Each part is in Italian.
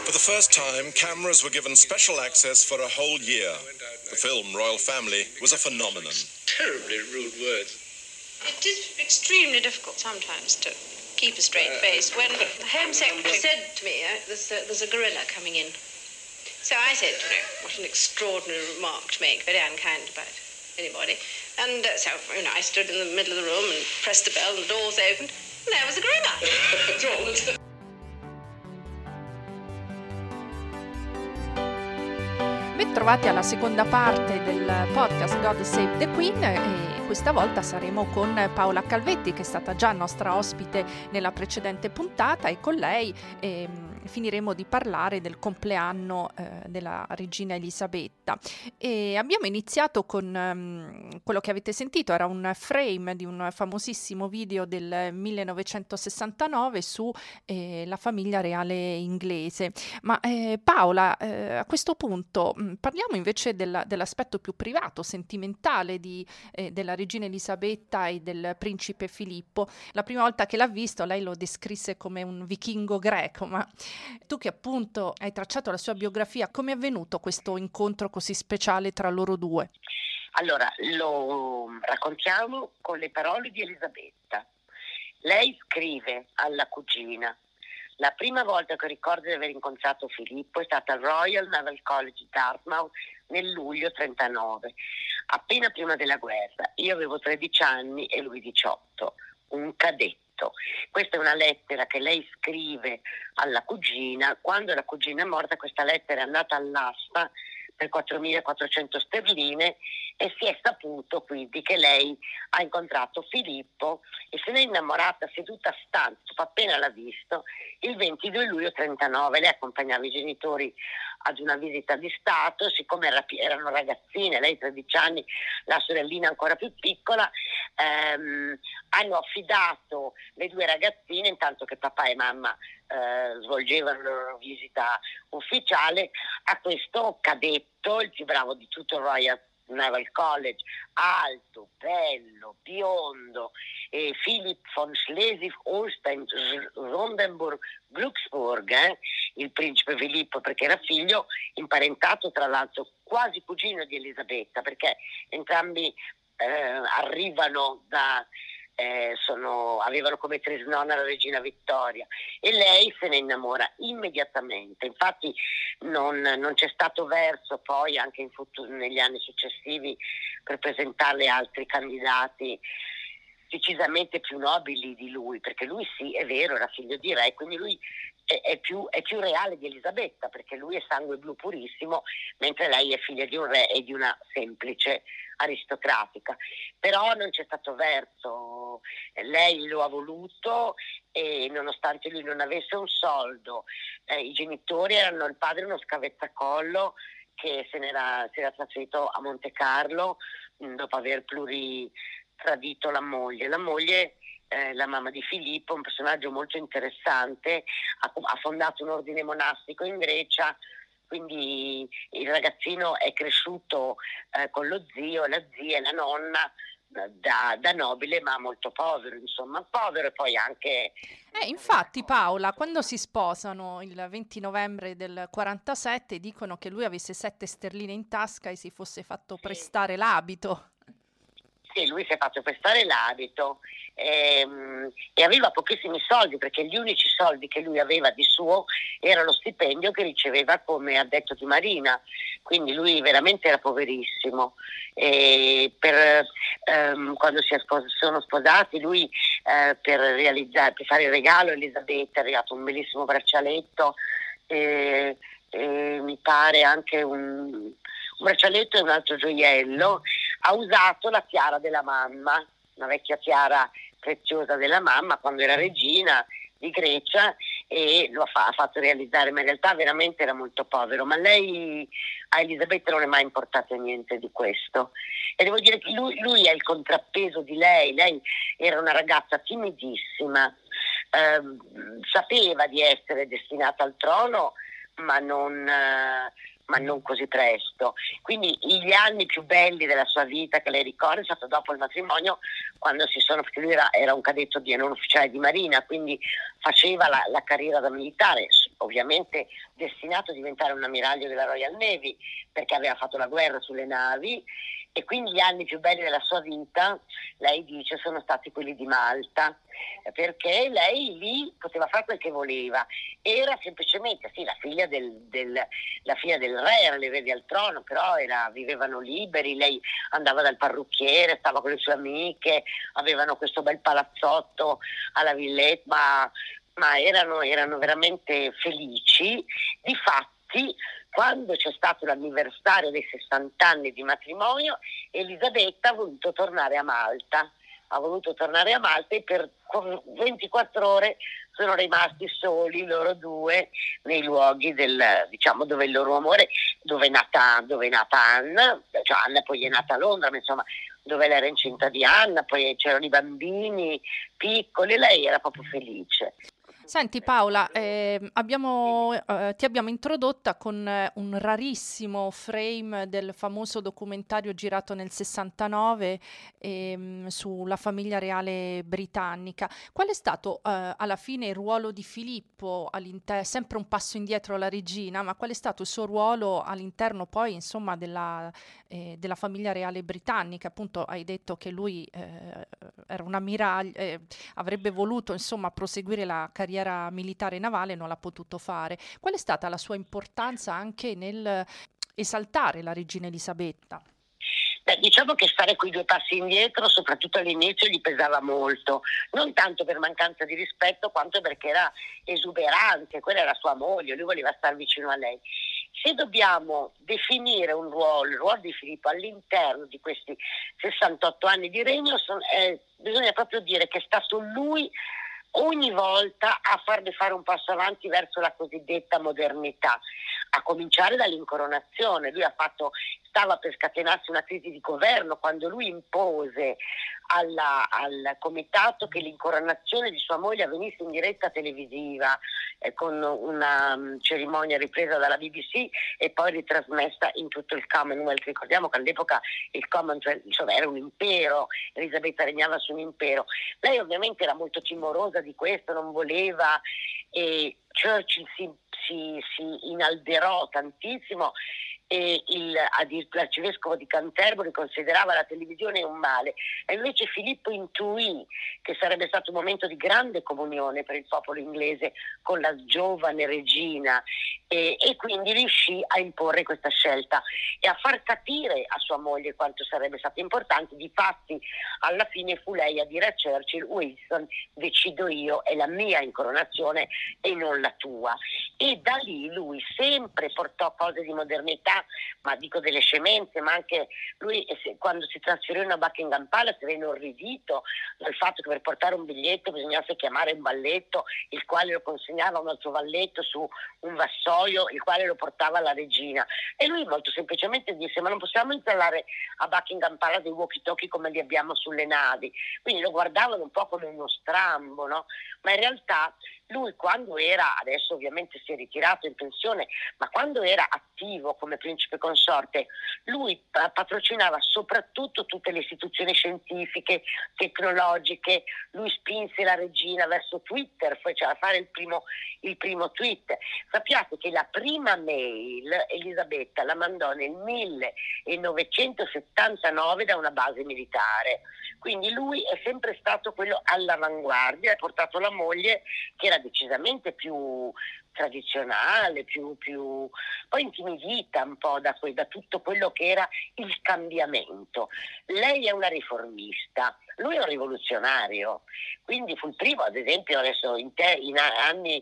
For the first time, cameras were given special access for a whole year. The film Royal Family was a phenomenon. Terribly rude words. It is extremely difficult sometimes to keep a straight face. When the Home Secretary said to me, there's a gorilla coming in. So I said, what an extraordinary remark to make, very unkind about anybody. And so, I stood in the middle of the room and pressed the bell and the doors opened, and there was a gorilla. Bentrovati alla seconda parte del podcast God Save the Queen e questa volta saremo con Paola Calvetti, che è stata già nostra ospite nella precedente puntata, e con lei finiremo di parlare del compleanno della regina Elisabetta. E abbiamo iniziato con quello che avete sentito, era un frame di un famosissimo video del 1969 su la famiglia reale inglese. Ma Paola, a questo punto parliamo invece dell'aspetto più privato, sentimentale della regina Elisabetta e del principe Filippo. La prima volta che l'ha visto lei lo descrisse come un vichingo greco, ma tu che appunto hai tracciato la sua biografia, come è avvenuto questo incontro così speciale tra loro due? Allora, lo raccontiamo con le parole di Elisabetta. Lei scrive alla cugina: la prima volta che ricordo di aver incontrato Filippo è stata al Royal Naval College di Dartmouth nel luglio 39, appena prima della guerra. Io avevo 13 anni e lui 18, un cadetto. Questa è una lettera che lei scrive alla cugina. Quando la cugina è morta, questa lettera è andata all'asta per 4.400 sterline e si è saputo quindi che lei ha incontrato Filippo e se n'è innamorata seduta stante, appena l'ha visto, il 22 luglio 39. Lei accompagnava i genitori ad una visita di Stato, siccome erano ragazzine, lei 13 anni, la sorellina ancora più piccola, hanno affidato le due ragazzine, intanto che papà e mamma svolgevano la loro visita ufficiale, a questo cadetto, il più bravo di tutto il Royal Naval College, alto, bello, biondo, Philipp von Schleswig-Holstein, Sonderburg-Glücksburg, il principe Filippo, perché era figlio imparentato, tra l'altro quasi cugino di Elisabetta, perché entrambi arrivano avevano come trisnonna la regina Vittoria, e lei se ne innamora immediatamente. Infatti non c'è stato verso poi anche in futuro, negli anni successivi, per presentarle altri candidati decisamente più nobili di lui, perché lui sì, è vero, era figlio di re, quindi lui è più reale di Elisabetta, perché lui è sangue blu purissimo, mentre lei è figlia di un re e di una semplice aristocratica. Però non c'è stato verso, lei lo ha voluto e nonostante lui non avesse un soldo, i genitori erano, il padre uno scavezzacollo che si era trasferito a Monte Carlo dopo aver tradito la moglie. La moglie, la mamma di Filippo, un personaggio molto interessante, ha fondato un ordine monastico in Grecia, quindi il ragazzino è cresciuto con lo zio, la zia e la nonna, da nobile ma molto povero, insomma, povero, e poi anche... Infatti Paola, quando si sposano il 20 novembre del 47, dicono che lui avesse 7 sterline in tasca e si fosse fatto prestare l'abito. Sì, lui si è fatto prestare l'abito e aveva pochissimi soldi, perché gli unici soldi che lui aveva di suo era lo stipendio che riceveva come addetto di marina, quindi lui veramente era poverissimo. E quando sono sposati, lui per fare il regalo a Elisabetta ha regalato un bellissimo braccialetto e mi pare anche un braccialetto e un altro gioiello. Ha usato la tiara della mamma, una vecchia tiara preziosa della mamma quando era regina di Grecia, e lo ha fatto realizzare, ma in realtà veramente era molto povero. Ma lei, a Elisabetta non è mai importato niente di questo, e devo dire che lui è il contrappeso di lei. Lei era una ragazza timidissima, sapeva di essere destinata al trono, ma non così presto. Quindi gli anni più belli della sua vita che lei ricorda è stato dopo il matrimonio, perché lui era un cadetto non ufficiale di marina, quindi faceva la carriera da militare, ovviamente destinato a diventare un ammiraglio della Royal Navy, perché aveva fatto la guerra sulle navi, e quindi gli anni più belli della sua vita, lei dice, sono stati quelli di Malta, perché lei lì poteva fare quel che voleva, era semplicemente sì, la figlia del re, era l'erede al trono, però vivevano liberi, lei andava dal parrucchiere, stava con le sue amiche, avevano questo bel palazzotto alla Villette, ma erano veramente felici. Difatti, quando c'è stato l'anniversario dei 60 anni di matrimonio, Elisabetta ha voluto tornare a Malta e per 24 ore sono rimasti soli loro due nei luoghi dove il loro amore, dove è nata Anna, cioè Anna poi è nata a Londra, ma insomma dove lei era incinta di Anna, poi c'erano i bambini piccoli, lei era proprio felice. Senti Paola, ti abbiamo introdotta con un rarissimo frame del famoso documentario girato nel 69 sulla famiglia reale britannica. Qual è stato alla fine il ruolo di Filippo sempre un passo indietro alla regina, ma qual è stato il suo ruolo all'interno poi insomma della famiglia reale britannica? Appunto hai detto che lui era un ammiraglio, avrebbe voluto insomma proseguire la carriera militare navale, non l'ha potuto fare. Qual è stata la sua importanza anche nel esaltare la regina Elisabetta? Diciamo che stare quei 2 passi indietro, soprattutto all'inizio, gli pesava molto, non tanto per mancanza di rispetto quanto perché era esuberante, quella era sua moglie, lui voleva stare vicino a lei. Se dobbiamo definire il ruolo di Filippo all'interno di questi 68 anni di regno, bisogna proprio dire che è stato lui ogni volta a farle fare un passo avanti verso la cosiddetta modernità, a cominciare dall'incoronazione. Lui stava per scatenarsi una crisi di governo quando lui impose al comitato che l'incoronazione di sua moglie avvenisse in diretta televisiva, con una cerimonia ripresa dalla BBC e poi ritrasmessa in tutto il Commonwealth. Ricordiamo che all'epoca il Commonwealth era un impero, Elisabetta regnava su un impero. Lei ovviamente era molto timorosa di questo, non voleva, e Churchill si inalberò tantissimo, e l'arcivescovo di Canterbury considerava la televisione un male, e invece Filippo intuì che sarebbe stato un momento di grande comunione per il popolo inglese con la giovane regina, e quindi riuscì a imporre questa scelta e a far capire a sua moglie quanto sarebbe stato importante. Difatti alla fine fu lei a dire a Churchill: Wilson, decido io, è la mia incoronazione e non la tua. E da lì lui sempre portò cose di modernità, ma dico delle scemenze, ma anche lui quando si trasferì a Buckingham Palace era inorridito dal fatto che per portare un biglietto bisognasse chiamare un valletto, il quale lo consegnava a un altro valletto su un vassoio, il quale lo portava alla regina, e lui molto semplicemente disse: ma non possiamo installare a Buckingham Palace dei walkie-talkie come li abbiamo sulle navi. Quindi lo guardavano un po' come uno strambo, no? Ma in realtà lui, quando era, adesso ovviamente si è ritirato in pensione, ma quando era attivo come principe consorte, lui patrocinava soprattutto tutte le istituzioni scientifiche, tecnologiche. Lui spinse la regina verso Twitter, faceva fare il primo tweet. Sappiate che la prima mail Elisabetta la mandò nel 1979 da una base militare, quindi lui è sempre stato quello all'avanguardia, ha portato la moglie, che era decisamente più tradizionale, più poi intimidita un po' da tutto quello che era il cambiamento. Lei è una riformista, lui è un rivoluzionario, quindi fu il primo, ad esempio, adesso in anni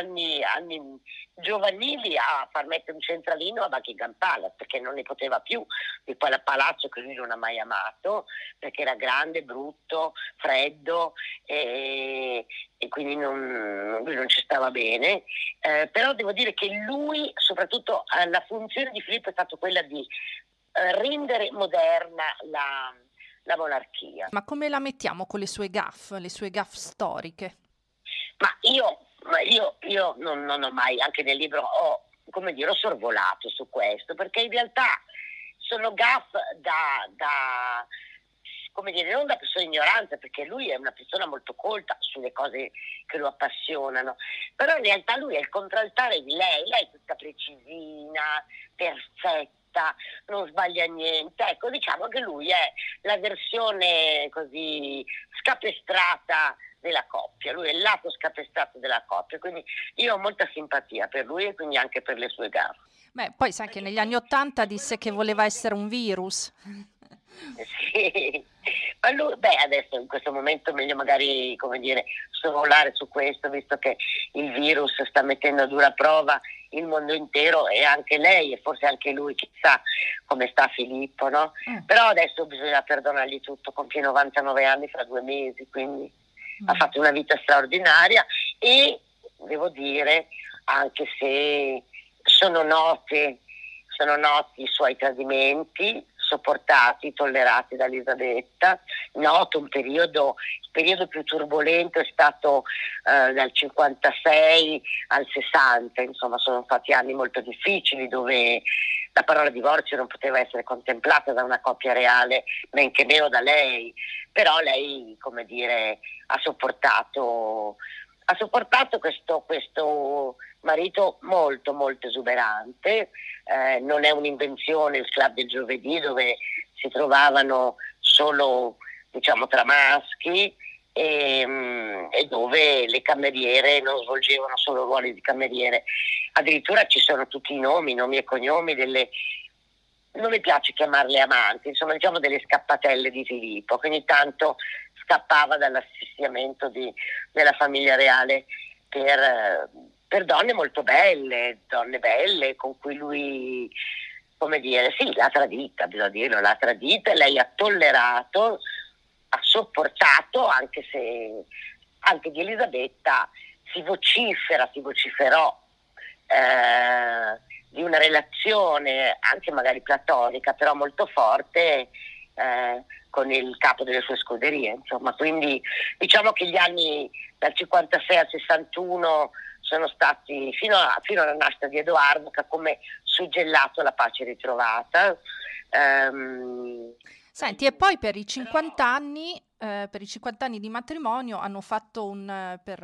giovanili, a far mettere un centralino a Buckingham Palace, perché non ne poteva più di quel palazzo che lui non ha mai amato, perché era grande, brutto, freddo, e quindi lui non ci stava bene. Però devo dire che lui, soprattutto la funzione di Filippo è stata quella di rendere moderna la monarchia. Ma come la mettiamo con le sue gaffe storiche? Ma io non ho mai, anche nel libro ho sorvolato su questo, perché in realtà sono gaffe come dire, non da persona ignorante, perché lui è una persona molto colta sulle cose che lo appassionano, però in realtà lui è il contraltare di lei è tutta precisina, perfetta, non sbaglia niente. Ecco, diciamo che lui è la versione così scapestrata della coppia, lui è il lato scapestrato della coppia, quindi io ho molta simpatia per lui e quindi anche per le sue gaffe. Beh, poi sai che negli anni '80 disse che voleva essere un virus. Sì, ma lui, adesso in questo momento meglio magari, come dire, sorvolare su questo, visto che il virus sta mettendo a dura prova il mondo intero e anche lei e forse anche lui, chissà come sta Filippo, no? Però adesso bisogna perdonargli tutto, compie 99 anni fra 2 mesi, quindi ha fatto una vita straordinaria e devo dire, anche se sono noti i suoi tradimenti, sopportati, tollerati da Elisabetta. Noto il periodo più turbolento è stato dal 56 al 60, insomma sono stati anni molto difficili dove la parola divorzio non poteva essere contemplata da una coppia reale, men che meno da lei, però lei, come dire, ha sopportato questo marito molto molto esuberante. Non è un'invenzione il club del giovedì dove si trovavano solo, diciamo, tra maschi e dove le cameriere non svolgevano solo ruoli di cameriere, addirittura ci sono tutti i nomi e cognomi non mi piace chiamarle amanti, insomma diciamo delle scappatelle di Filippo, che ogni tanto scappava dall'assestamento della famiglia reale per donne molto belle, donne belle con cui lui, come dire, sì, l'ha tradita, bisogna dirlo, l'ha tradita, lei ha tollerato, ha sopportato, anche se anche di Elisabetta si vociferò di una relazione anche magari platonica, però molto forte con il capo delle sue scuderie, insomma. Quindi diciamo che gli anni dal 56 al 61 sono stati fino alla nascita di Edoardo, che ha come suggellato la pace ritrovata. Senti, e poi per i 50 anni di matrimonio hanno fatto per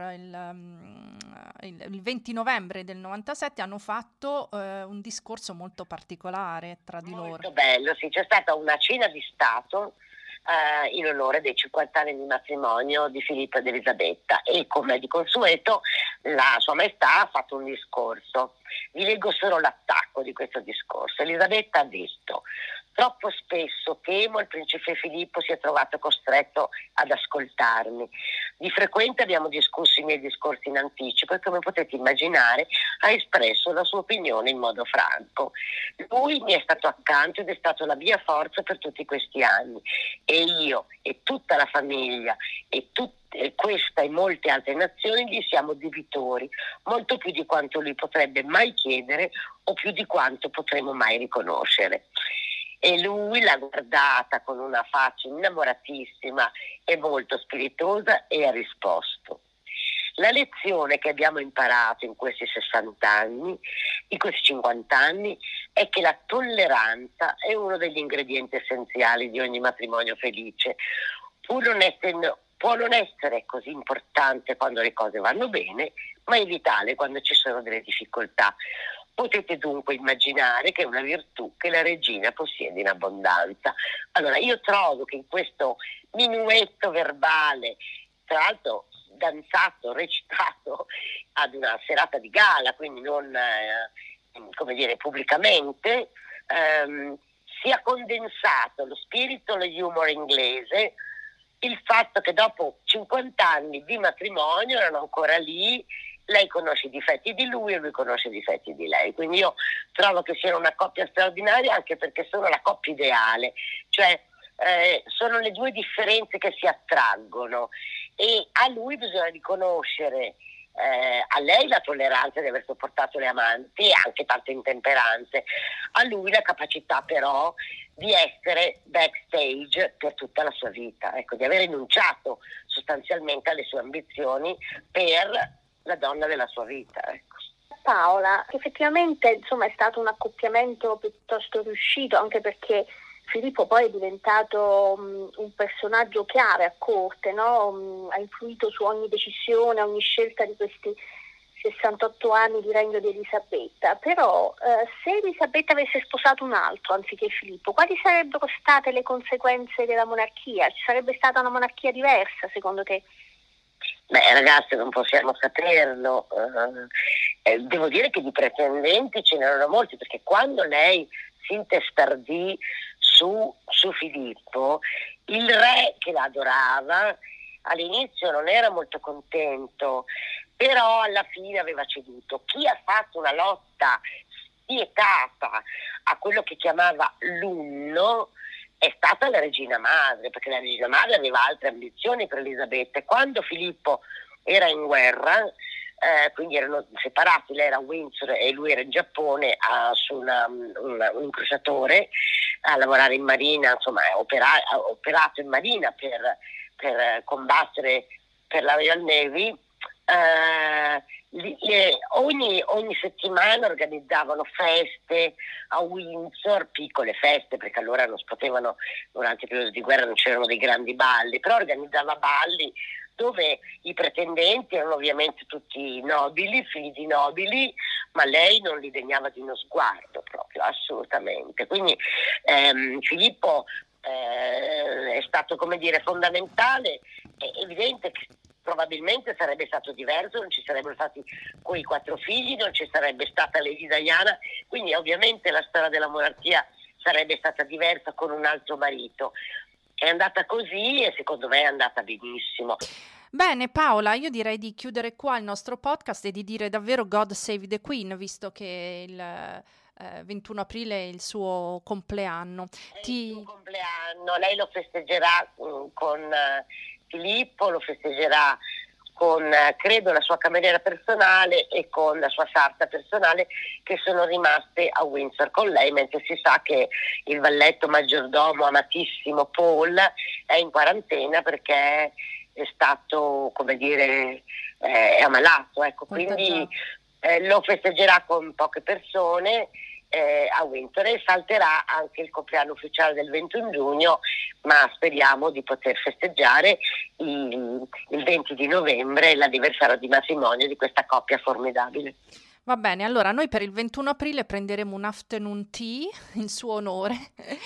il 20 novembre del 97 hanno fatto un discorso molto particolare tra di loro. Molto bello, sì, c'è stata una cena di Stato in onore dei 50 anni di matrimonio di Filippo ed Elisabetta e, come di consueto, la Sua Maestà ha fatto un discorso. Vi leggo solo l'attacco di questo discorso. Elisabetta ha detto: troppo spesso temo il principe Filippo si è trovato costretto ad ascoltarmi. Di frequente abbiamo discusso i miei discorsi in anticipo e, come potete immaginare, ha espresso la sua opinione in modo franco. Lui mi è stato accanto ed è stato la mia forza per tutti questi anni e io e tutta la famiglia e questa e molte altre nazioni gli siamo debitori, molto più di quanto lui potrebbe mai chiedere o più di quanto potremo mai riconoscere. E lui l'ha guardata con una faccia innamoratissima e molto spiritosa e ha risposto: la lezione che abbiamo imparato in questi 60 anni, in questi 50 anni, è che la tolleranza è uno degli ingredienti essenziali di ogni matrimonio felice. Può non essere così importante quando le cose vanno bene, ma è vitale quando ci sono delle difficoltà. Potete dunque immaginare che è una virtù che la regina possiede in abbondanza. Allora, io trovo che in questo minuetto verbale, tra l'altro danzato, recitato ad una serata di gala, quindi non come dire pubblicamente, sia condensato lo spirito, lo humor inglese, il fatto che dopo 50 anni di matrimonio erano ancora lì, lei conosce i difetti di lui e lui conosce i difetti di lei, quindi io trovo che siano una coppia straordinaria, anche perché sono la coppia ideale, cioè sono le due differenze che si attraggono e a lui bisogna riconoscere a lei la tolleranza di aver sopportato le amanti e anche tante intemperanze, a lui la capacità però di essere backstage per tutta la sua vita, ecco, di aver rinunciato sostanzialmente alle sue ambizioni per la donna della sua vita, ecco. Paola, effettivamente insomma è stato un accoppiamento piuttosto riuscito, anche perché Filippo poi è diventato un personaggio chiave a corte, no? Ha influito su ogni decisione, ogni scelta di questi 68 anni di regno di Elisabetta. Però se Elisabetta avesse sposato un altro anziché Filippo, quali sarebbero state le conseguenze della monarchia? Ci sarebbe stata una monarchia diversa, secondo te? Beh, ragazzi, non possiamo saperlo. Devo dire che di pretendenti ce n'erano molti, perché quando lei si intestardì su Filippo, il re, che la adorava, all'inizio non era molto contento, però alla fine aveva ceduto. Chi ha fatto una lotta spietata a quello che chiamava l'unno è stata la regina madre, perché la regina madre aveva altre ambizioni per Elisabetta, e quando Filippo era in guerra, quindi erano separati, lei era a Windsor e lui era in Giappone su un incrociatore a lavorare in marina, insomma ha operato in marina per combattere per la Royal Navy. Ogni settimana organizzavano feste a Windsor, piccole feste, perché allora non si potevano, durante il periodo di guerra non c'erano dei grandi balli, però organizzava balli dove i pretendenti erano ovviamente tutti nobili, figli di nobili, ma lei non li degnava di uno sguardo proprio, assolutamente. Quindi Filippo è stato, come dire, fondamentale. È evidente che probabilmente sarebbe stato diverso, non ci sarebbero stati quei 4 figli, non ci sarebbe stata Lady Diana, quindi ovviamente la storia della monarchia sarebbe stata diversa con un altro marito. È andata così e secondo me è andata benissimo. Bene Paola, io direi di chiudere qua il nostro podcast e di dire davvero God Save the Queen, visto che il 21 aprile è il suo compleanno. Il suo compleanno, lei lo festeggerà con Filippo, lo festeggerà con, credo, la sua cameriera personale e con la sua sarta personale, che sono rimaste a Windsor con lei, mentre si sa che il valletto maggiordomo amatissimo Paul è in quarantena perché è stato, come dire, è ammalato, ecco, quindi lo festeggerà con poche persone a Windsor e salterà anche il compleanno ufficiale del 21 giugno, ma speriamo di poter festeggiare il 20 di novembre l'anniversario di matrimonio di questa coppia formidabile. Va bene, allora noi per il 21 aprile prenderemo un afternoon tea in suo onore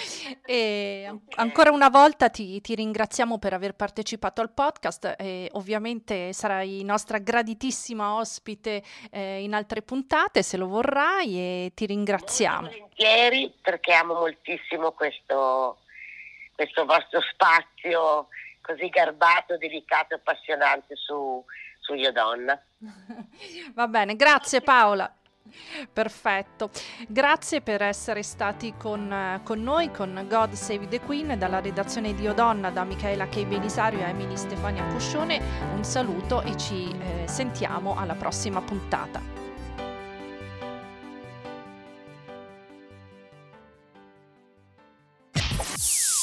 e ancora una volta ti ringraziamo per aver partecipato al podcast e ovviamente sarai nostra graditissima ospite in altre puntate se lo vorrai e ti ringraziamo. Molto volentieri, perché amo moltissimo questo vostro spazio così garbato, delicato e appassionante su Io Donna. Va bene, grazie Paola. Perfetto, grazie per essere stati con noi, con God Save the Queen, dalla redazione di Io Donna, da Michaela K. Belisario e Emily Stefania Cuscione. Un saluto e ci sentiamo alla prossima puntata.